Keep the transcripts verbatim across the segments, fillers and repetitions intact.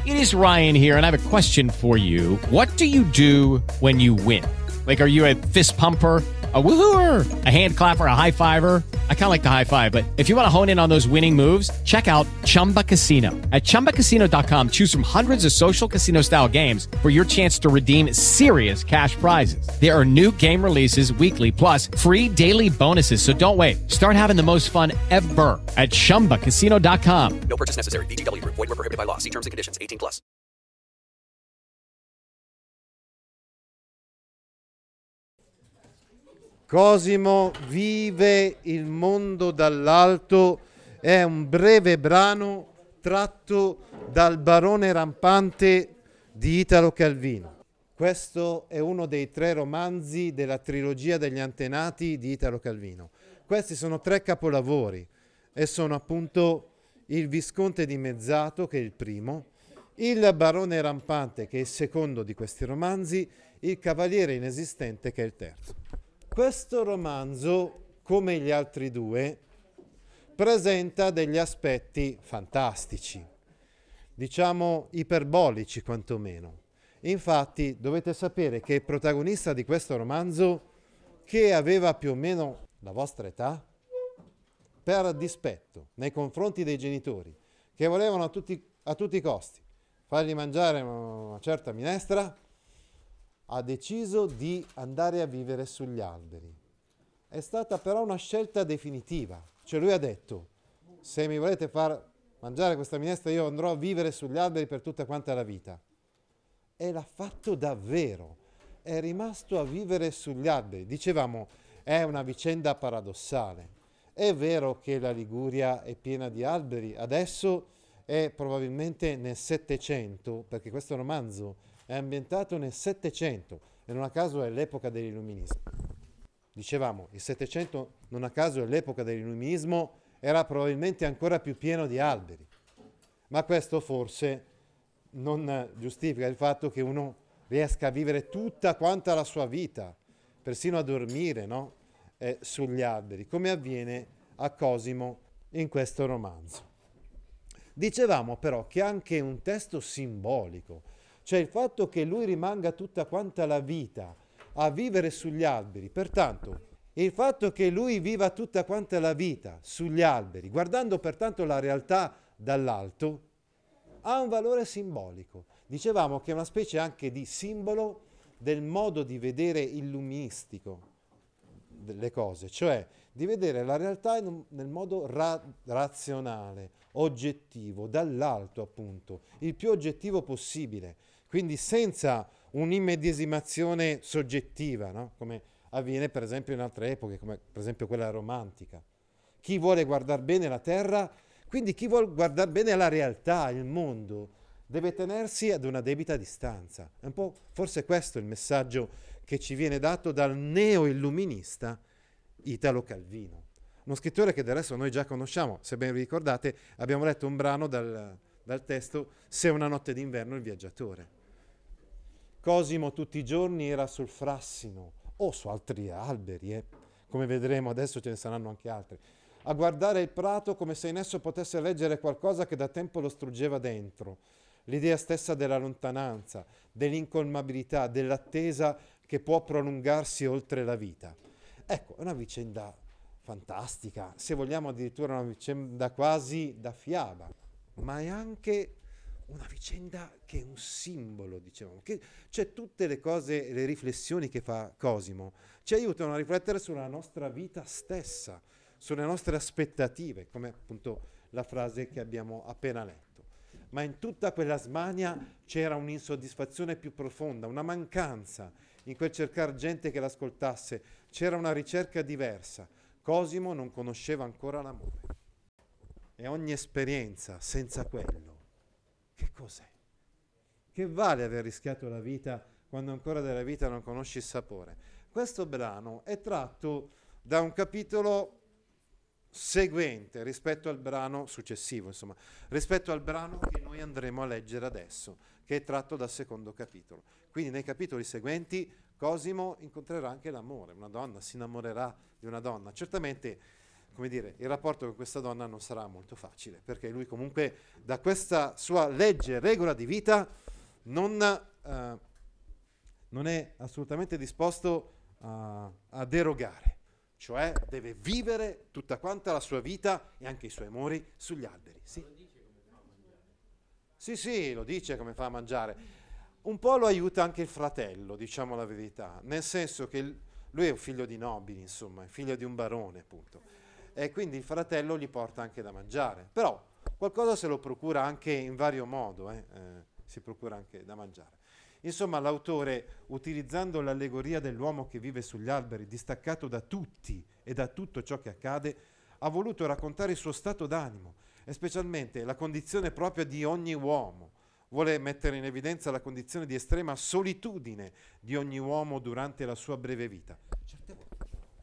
It is Ryan here, and I have a question for you. What do you do when you win? Like, are you a fist pumper, a woohooer, a hand clapper, a high fiver? I kind of like the high five, but if you want to hone in on those winning moves, check out Chumba Casino. At chumba casino dot com, choose from hundreds of social casino style games for your chance to redeem serious cash prizes. There are new game releases weekly, plus free daily bonuses. So don't wait. Start having the most fun ever at chumba casino dot com. No purchase necessary. V G W Group. Void where prohibited by law. See terms and conditions. eighteen plus. Cosimo vive il mondo dall'alto è un breve brano tratto dal Barone rampante di Italo Calvino. Questo è uno dei tre romanzi della trilogia degli antenati di Italo Calvino. Questi sono tre capolavori e sono appunto Il Visconte dimezzato, che è il primo, Il Barone rampante, che è il secondo di questi romanzi, Il Cavaliere inesistente, che è il terzo. Questo romanzo, come gli altri due, presenta degli aspetti fantastici, diciamo iperbolici quantomeno. Infatti dovete sapere che il protagonista di questo romanzo, che aveva più o meno la vostra età, per dispetto nei confronti dei genitori, che volevano a tutti, a tutti i costi fargli mangiare una certa minestra, ha deciso di andare a vivere sugli alberi. È stata però una scelta definitiva, cioè lui ha detto: se mi volete far mangiare questa minestra io andrò a vivere sugli alberi per tutta quanta la vita. E l'ha fatto davvero, è rimasto a vivere sugli alberi. Dicevamo, è una vicenda paradossale. È vero che la Liguria è piena di alberi, adesso è probabilmente nel Settecento, perché questo romanzo è ambientato nel Settecento e non a caso è l'epoca dell'illuminismo. Dicevamo, il Settecento non a caso è l'epoca dell'illuminismo, era probabilmente ancora più pieno di alberi, ma questo forse non giustifica il fatto che uno riesca a vivere tutta quanta la sua vita, persino a dormire, no? eh, sugli alberi, come avviene a Cosimo in questo romanzo. Dicevamo però che anche un testo simbolico, cioè il fatto che lui rimanga tutta quanta la vita a vivere sugli alberi, pertanto il fatto che lui viva tutta quanta la vita sugli alberi, guardando pertanto la realtà dall'alto, ha un valore simbolico. Dicevamo che è una specie anche di simbolo del modo di vedere illuministico delle cose, cioè di vedere la realtà in un, nel modo ra- razionale, oggettivo, dall'alto appunto, il più oggettivo possibile. Quindi senza un'immedesimazione soggettiva, no? Come avviene per esempio in altre epoche, come per esempio quella romantica. Chi vuole guardare bene la terra, quindi chi vuole guardare bene la realtà, il mondo, deve tenersi ad una debita distanza. È un po' forse questo il messaggio che ci viene dato dal neo-illuminista Italo Calvino. Uno scrittore che del resto noi già conosciamo, se ben vi ricordate, abbiamo letto un brano dal, dal testo Se una notte d'inverno il viaggiatore. Cosimo tutti i giorni era sul Frassino o su altri alberi, eh. come vedremo adesso ce ne saranno anche altri, a guardare il prato come se in esso potesse leggere qualcosa che da tempo lo struggeva dentro, l'idea stessa della lontananza, dell'incolmabilità, dell'attesa che può prolungarsi oltre la vita. Ecco, è una vicenda fantastica, se vogliamo addirittura una vicenda quasi da fiaba, ma è anche una vicenda che è un simbolo, diciamo, che c'è tutte le cose, le riflessioni che fa Cosimo, ci aiutano a riflettere sulla nostra vita stessa, sulle nostre aspettative, come appunto la frase che abbiamo appena letto. Ma in tutta quella smania c'era un'insoddisfazione più profonda, una mancanza, in quel cercare gente che l'ascoltasse, c'era una ricerca diversa. Cosimo non conosceva ancora l'amore. E ogni esperienza senza quello, che cos'è? Che vale aver rischiato la vita quando ancora della vita non conosci il sapore? Questo brano è tratto da un capitolo seguente rispetto al brano successivo, insomma, rispetto al brano che noi andremo a leggere adesso, che è tratto dal secondo capitolo. Quindi nei capitoli seguenti Cosimo incontrerà anche l'amore, una donna si innamorerà di una donna. Certamente come dire, il rapporto con questa donna non sarà molto facile, perché lui comunque da questa sua legge, regola di vita, non, eh, non è assolutamente disposto a, a derogare, cioè deve vivere tutta quanta la sua vita e anche i suoi amori sugli alberi. Sì, sì, sì, lo dice come fa a mangiare. Un po' lo aiuta anche il fratello, diciamo la verità, nel senso che il, lui è un figlio di nobili, insomma, è figlio di un barone, appunto, e quindi il fratello gli porta anche da mangiare, però qualcosa se lo procura anche in vario modo, eh? Eh, si procura anche da mangiare. Insomma, l'autore, utilizzando l'allegoria dell'uomo che vive sugli alberi, distaccato da tutti e da tutto ciò che accade, ha voluto raccontare il suo stato d'animo, e specialmente la condizione propria di ogni uomo. Vuole mettere in evidenza la condizione di estrema solitudine di ogni uomo durante la sua breve vita. Certe volte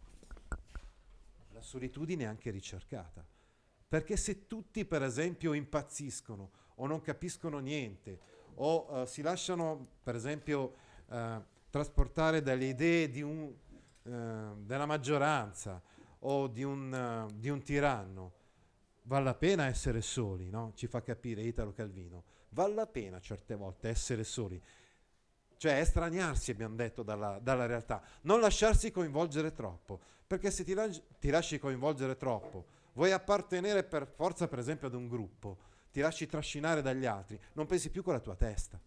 la solitudine è anche ricercata, perché se tutti, per esempio, impazziscono o non capiscono niente o uh, si lasciano, per esempio, uh, trasportare dalle idee di un, uh, della maggioranza o di un, uh, di un tiranno, vale la pena essere soli, no? Ci fa capire Italo Calvino. Vale la pena certe volte essere soli, cioè estraniarsi, abbiamo detto, dalla, dalla realtà, non lasciarsi coinvolgere troppo, perché se ti, lasci, ti lasci coinvolgere troppo, vuoi appartenere per forza, per esempio, ad un gruppo, ti lasci trascinare dagli altri, non pensi più con la tua testa.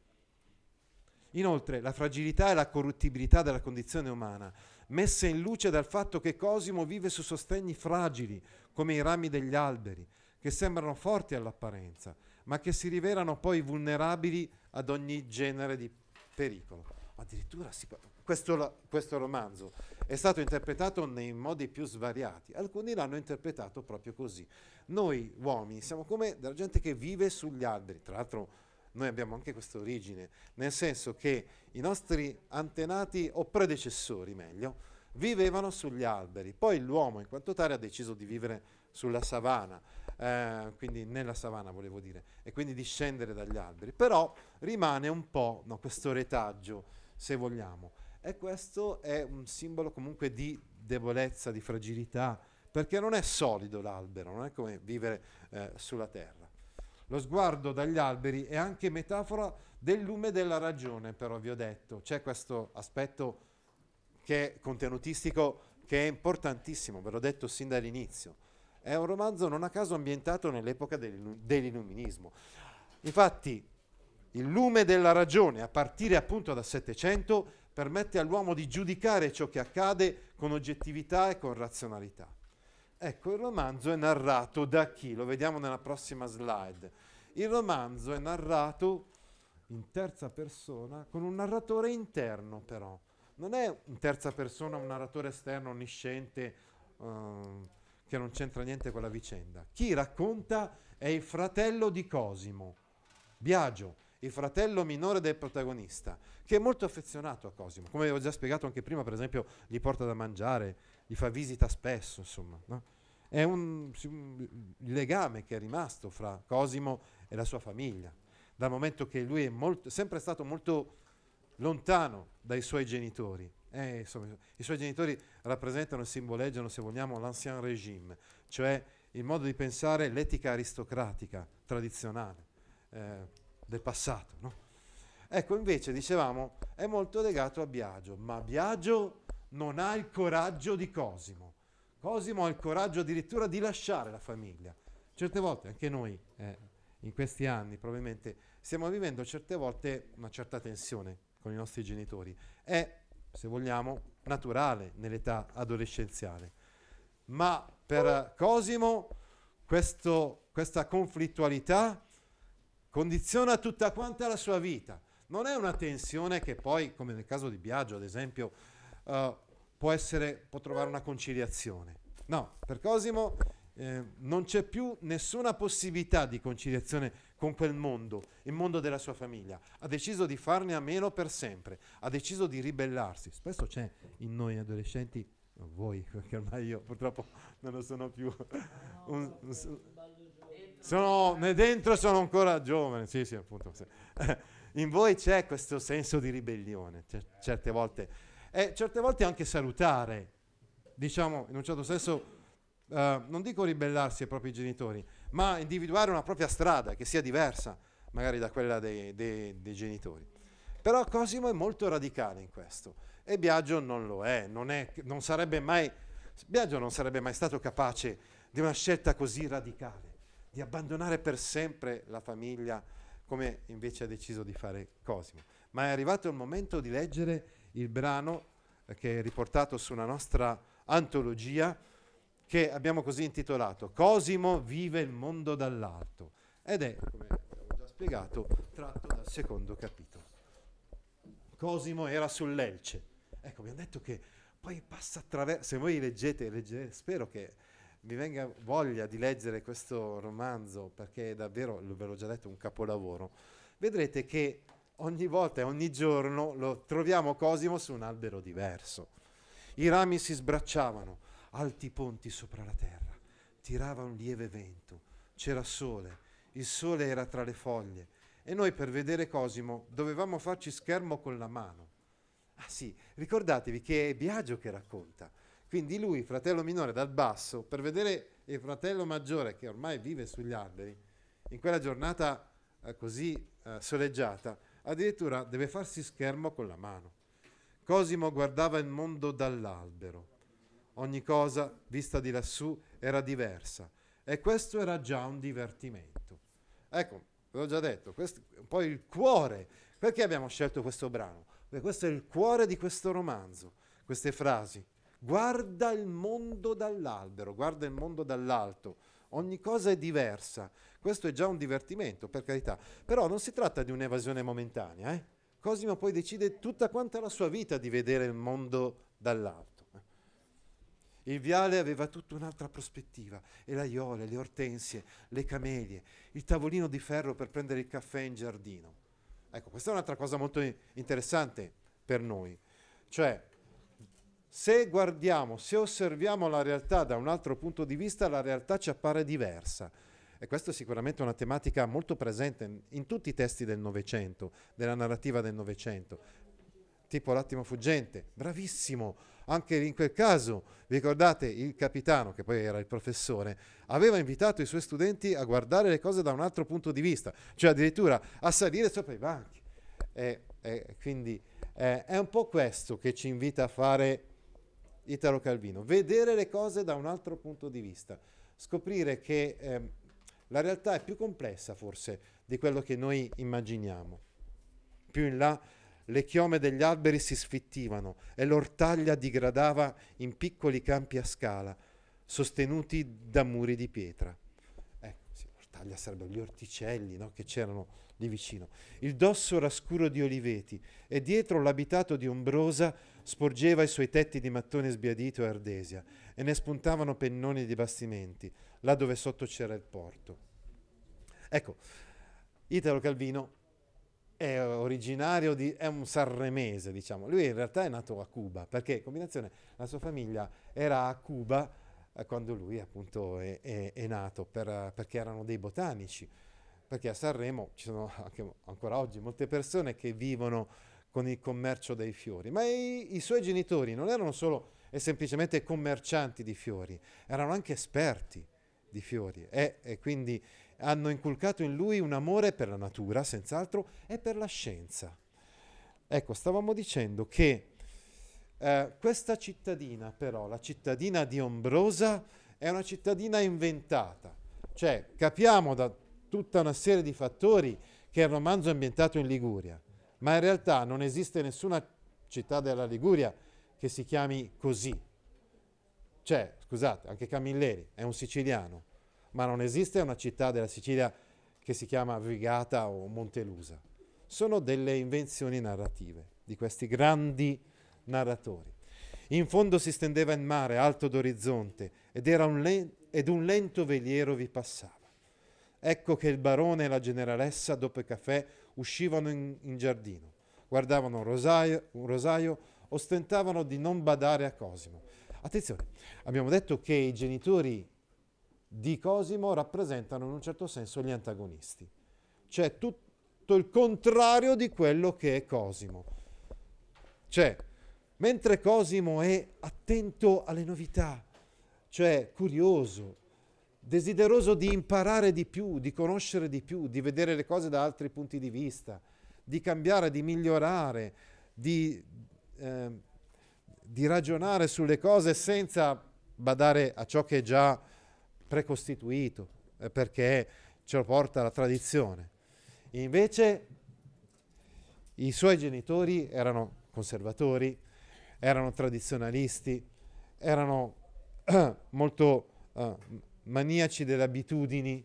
Inoltre, la fragilità e la corruttibilità della condizione umana, messe in luce dal fatto che Cosimo vive su sostegni fragili, come i rami degli alberi, che sembrano forti all'apparenza, ma che si rivelano poi vulnerabili ad ogni genere di pericolo. Addirittura si, questo, questo romanzo è stato interpretato nei modi più svariati. Alcuni l'hanno interpretato proprio così. Noi uomini siamo come della gente che vive sugli alberi. Tra l'altro noi abbiamo anche questa origine, nel senso che i nostri antenati o predecessori, meglio, vivevano sugli alberi. Poi l'uomo in quanto tale ha deciso di vivere sulla savana, eh, quindi nella savana volevo dire, e quindi di scendere dagli alberi, però rimane un po', no, questo retaggio, se vogliamo, e questo è un simbolo comunque di debolezza, di fragilità, perché non è solido l'albero, non è come vivere eh, sulla terra. Lo sguardo dagli alberi è anche metafora del lume della ragione, però vi ho detto, c'è questo aspetto che è contenutistico, che è importantissimo, ve l'ho detto sin dall'inizio. È un romanzo non a caso ambientato nell'epoca dell'illuminismo. Infatti il lume della ragione, a partire appunto dal Settecento, permette all'uomo di giudicare ciò che accade con oggettività e con razionalità. Ecco, il romanzo è narrato da chi? Lo vediamo nella prossima slide. Il romanzo è narrato in terza persona con un narratore interno, però. Non è in terza persona un narratore esterno, onnisciente, uh, che non c'entra niente con la vicenda. Chi racconta è il fratello di Cosimo, Biagio, il fratello minore del protagonista, che è molto affezionato a Cosimo. Come avevo già spiegato anche prima, per esempio, gli porta da mangiare, gli fa visita spesso, insomma. No? È un, un legame che è rimasto fra Cosimo e la sua famiglia, dal momento che lui è molto, sempre stato molto lontano dai suoi genitori. Eh, insomma, i suoi genitori rappresentano e simboleggiano, se vogliamo, l'ancien régime, cioè il modo di pensare, l'etica aristocratica, tradizionale, eh, del passato. No? Ecco, invece, dicevamo, è molto legato a Biagio, ma Biagio non ha il coraggio di Cosimo. Cosimo ha il coraggio addirittura di lasciare la famiglia. Certe volte, anche noi, eh, in questi anni, probabilmente, stiamo vivendo certe volte una certa tensione con i nostri genitori. È, se vogliamo, naturale nell'età adolescenziale. Ma per Cosimo questo, questa conflittualità condiziona tutta quanta la sua vita. Non è una tensione che poi, come nel caso di Biagio, ad esempio, uh, può essere, può trovare una conciliazione. No, per Cosimo eh, non c'è più nessuna possibilità di conciliazione con quel mondo, il mondo della sua famiglia. Ha deciso di farne a meno per sempre, ha deciso di ribellarsi. Spesso c'è in noi adolescenti, non voi, perché ormai io purtroppo non lo sono più, un, un, sono, dentro sono ancora giovane, sì sì appunto, sì. In voi c'è questo senso di ribellione, c- certe volte, e certe volte anche salutare, diciamo in un certo senso eh, non dico ribellarsi ai propri genitori, ma individuare una propria strada che sia diversa magari da quella dei, dei, dei genitori. Però Cosimo è molto radicale in questo e Biagio non lo è, non, è, non sarebbe mai, Biagio non sarebbe mai stato capace di una scelta così radicale, di abbandonare per sempre la famiglia come invece ha deciso di fare Cosimo. Ma è arrivato il momento di leggere il brano eh, che è riportato su una nostra antologia che abbiamo così intitolato Cosimo vive il mondo dall'alto ed è, come abbiamo già spiegato, tratto dal secondo capitolo. Cosimo era sull'Elce. Ecco, abbiamo detto che poi passa attraverso, se voi leggete, leggete, spero che vi venga voglia di leggere questo romanzo, perché è davvero, ve l'ho già detto, un capolavoro. Vedrete che ogni volta e ogni giorno lo troviamo Cosimo su un albero diverso. I rami si sbracciavano, alti ponti sopra la terra, tirava un lieve vento, c'era sole, il sole era tra le foglie e noi per vedere Cosimo dovevamo farci schermo con la mano. Ah sì, ricordatevi che è Biagio che racconta. Quindi lui, fratello minore dal basso, per vedere il fratello maggiore che ormai vive sugli alberi, in quella giornata eh, così eh, soleggiata, addirittura deve farsi schermo con la mano. Cosimo guardava il mondo dall'albero. Ogni cosa, vista di lassù, era diversa e questo era già un divertimento. Ecco, ve l'ho già detto, questo è un po' il cuore. Perché abbiamo scelto questo brano? Perché questo è il cuore di questo romanzo, queste frasi. Guarda il mondo dall'albero, guarda il mondo dall'alto, ogni cosa è diversa. Questo è già un divertimento, per carità, però non si tratta di un'evasione momentanea. Eh? Cosimo poi decide tutta quanta la sua vita di vedere il mondo dall'alto. Il viale aveva tutta un'altra prospettiva, e le aiole, le ortensie, le camelie, il tavolino di ferro per prendere il caffè in giardino. Ecco, questa è un'altra cosa molto interessante per noi, cioè se guardiamo, se osserviamo la realtà da un altro punto di vista, la realtà ci appare diversa. E questa è sicuramente una tematica molto presente in, in tutti i testi del Novecento, della narrativa del Novecento. Tipo L'attimo fuggente, bravissimo, anche in quel caso, vi ricordate, il capitano, che poi era il professore, aveva invitato i suoi studenti a guardare le cose da un altro punto di vista, cioè addirittura a salire sopra i banchi. E, e quindi eh, è un po' questo che ci invita a fare Italo Calvino, vedere le cose da un altro punto di vista, scoprire che eh, la realtà è più complessa forse di quello che noi immaginiamo. Più in là le chiome degli alberi si sfittivano e l'ortaglia digradava in piccoli campi a scala, sostenuti da muri di pietra. Ecco, sì, l'ortaglia sarebbero gli orticelli, no, che c'erano lì vicino. Il dosso era scuro di oliveti e dietro l'abitato di ombrosa sporgeva i suoi tetti di mattone sbiadito e ardesia e ne spuntavano pennoni di bastimenti, là dove sotto c'era il porto. Ecco, Italo Calvino è originario di, è un sanremese, diciamo. Lui in realtà è nato a Cuba, perché combinazione, la sua famiglia era a Cuba eh, quando lui appunto è, è, è nato, per, perché erano dei botanici, perché a Sanremo ci sono anche ancora oggi molte persone che vivono con il commercio dei fiori, ma i, i suoi genitori non erano solo e semplicemente commercianti di fiori, erano anche esperti di fiori e, e quindi hanno inculcato in lui un amore per la natura, senz'altro, e per la scienza. Ecco, stavamo dicendo che eh, questa cittadina, però, la cittadina di Ombrosa, è una cittadina inventata. Cioè, capiamo da tutta una serie di fattori che il romanzo è ambientato in Liguria, ma in realtà non esiste nessuna città della Liguria che si chiami così. Cioè, scusate, anche Camilleri è un siciliano, ma non esiste una città della Sicilia che si chiama Vigata o Montelusa. Sono delle invenzioni narrative di questi grandi narratori. In fondo si stendeva il mare alto d'orizzonte ed, era un len- ed un lento veliero vi passava. Ecco che il barone e la generalessa dopo il caffè uscivano in, in giardino, guardavano un rosaio, un rosaio, ostentavano di non badare a Cosimo. Attenzione, abbiamo detto che i genitori di Cosimo rappresentano in un certo senso gli antagonisti, cioè tutto il contrario di quello che è Cosimo. Cioè, mentre Cosimo è attento alle novità, cioè curioso, desideroso di imparare di più, di conoscere di più, di vedere le cose da altri punti di vista, di cambiare, di migliorare, di, eh, di ragionare sulle cose senza badare a ciò che è già precostituito, eh, perché ce lo porta la tradizione. Invece i suoi genitori erano conservatori, erano tradizionalisti, erano eh, molto eh, maniaci delle abitudini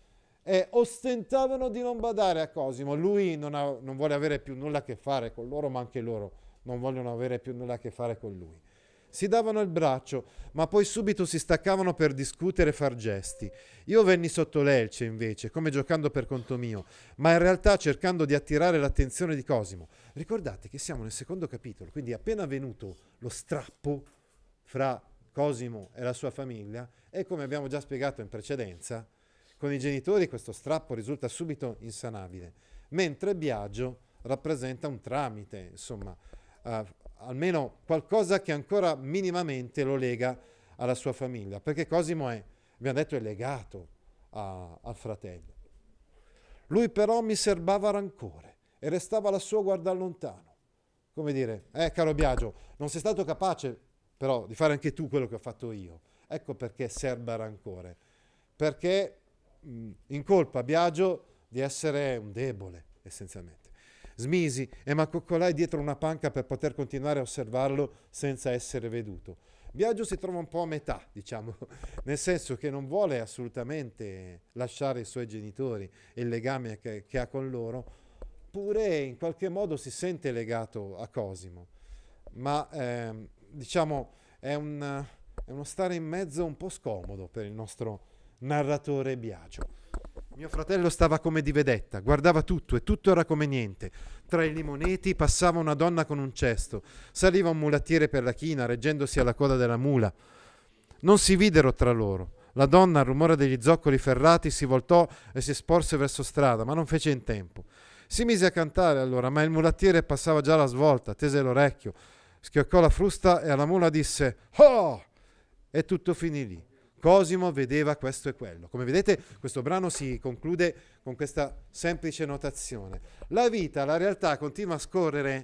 e ostentavano di non badare a Cosimo. Lui non, ha, non vuole avere più nulla a che fare con loro, ma anche loro non vogliono avere più nulla a che fare con lui. Si davano il braccio, ma poi subito si staccavano per discutere e far gesti. Io venni sotto l'elce, invece, come giocando per conto mio, ma in realtà cercando di attirare l'attenzione di Cosimo. Ricordate che siamo nel secondo capitolo, quindi appena avvenuto lo strappo fra Cosimo e la sua famiglia, e come abbiamo già spiegato in precedenza, con i genitori questo strappo risulta subito insanabile, mentre Biagio rappresenta un tramite, insomma, uh, almeno qualcosa che ancora minimamente lo lega alla sua famiglia, perché Cosimo è, abbiamo detto, è legato a, al fratello. Lui però mi serbava rancore e restava lassù a guardar lontano, come dire, eh caro Biagio, non sei stato capace però di fare anche tu quello che ho fatto io. Ecco perché serba rancore, perché mh, incolpa Biagio di essere un debole, essenzialmente. Smisi e m'accoccolai dietro una panca per poter continuare a osservarlo senza essere veduto. Biagio si trova un po' a metà, diciamo, nel senso che non vuole assolutamente lasciare i suoi genitori e il legame che, che ha con loro, pure in qualche modo si sente legato a Cosimo, ma ehm, diciamo è, un, è uno stare in mezzo un po' scomodo per il nostro narratore Biagio. Mio fratello stava come di vedetta, guardava tutto e tutto era come niente. Tra i limoneti passava una donna con un cesto, saliva un mulattiere per la china reggendosi alla coda della mula. Non si videro tra loro. La donna, al rumore degli zoccoli ferrati, si voltò e si sporse verso strada, ma non fece in tempo. Si mise a cantare allora, ma il mulattiere passava già alla svolta, tese l'orecchio, schioccò la frusta e alla mula disse «Oh!» e tutto finì lì. Cosimo vedeva questo e quello. Come vedete, questo brano si conclude con questa semplice notazione. La vita, la realtà continua a scorrere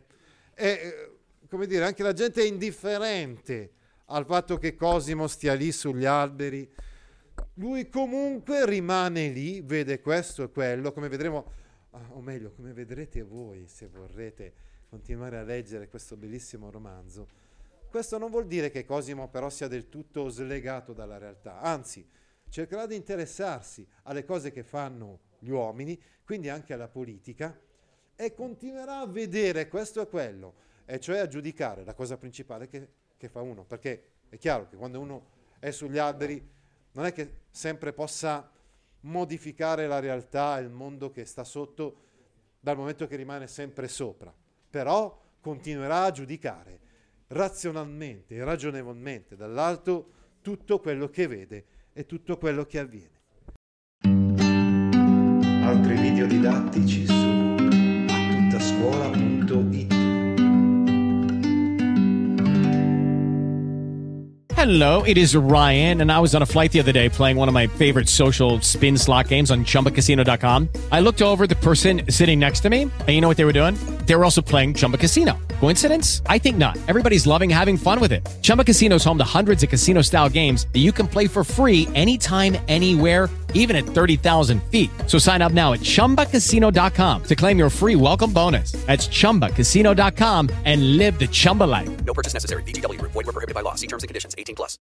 e, come dire, anche la gente è indifferente al fatto che Cosimo stia lì sugli alberi. Lui comunque rimane lì, vede questo e quello, come vedremo, o meglio, come vedrete voi se vorrete continuare a leggere questo bellissimo romanzo. Questo non vuol dire che Cosimo però sia del tutto slegato dalla realtà, anzi cercherà di interessarsi alle cose che fanno gli uomini, quindi anche alla politica, e continuerà a vedere questo e quello, e cioè a giudicare la cosa principale che, che fa uno, perché è chiaro che quando uno è sugli alberi non è che sempre possa modificare la realtà, il mondo che sta sotto, dal momento che rimane sempre sopra, però continuerà a giudicare razionalmente e ragionevolmente dall'alto tutto quello che vede e tutto quello che avviene. Altri video didattici su attuttascuola punto it. Hello, it is Ryan, and I was on a flight the other day playing one of my favorite social spin slot games on chumba casino dot com. I looked over at the person sitting next to me, and you know what they were doing? They were also playing Chumba Casino. Coincidence? I think not. Everybody's loving having fun with it. Chumba Casino is home to hundreds of casino-style games that you can play for free anytime, anywhere, even at thirty thousand feet. So sign up now at chumba casino dot com to claim your free welcome bonus. That's chumba casino dot com and live the Chumba life. No purchase necessary. V G W. Void where prohibited by law. See terms and conditions. eighteen plus.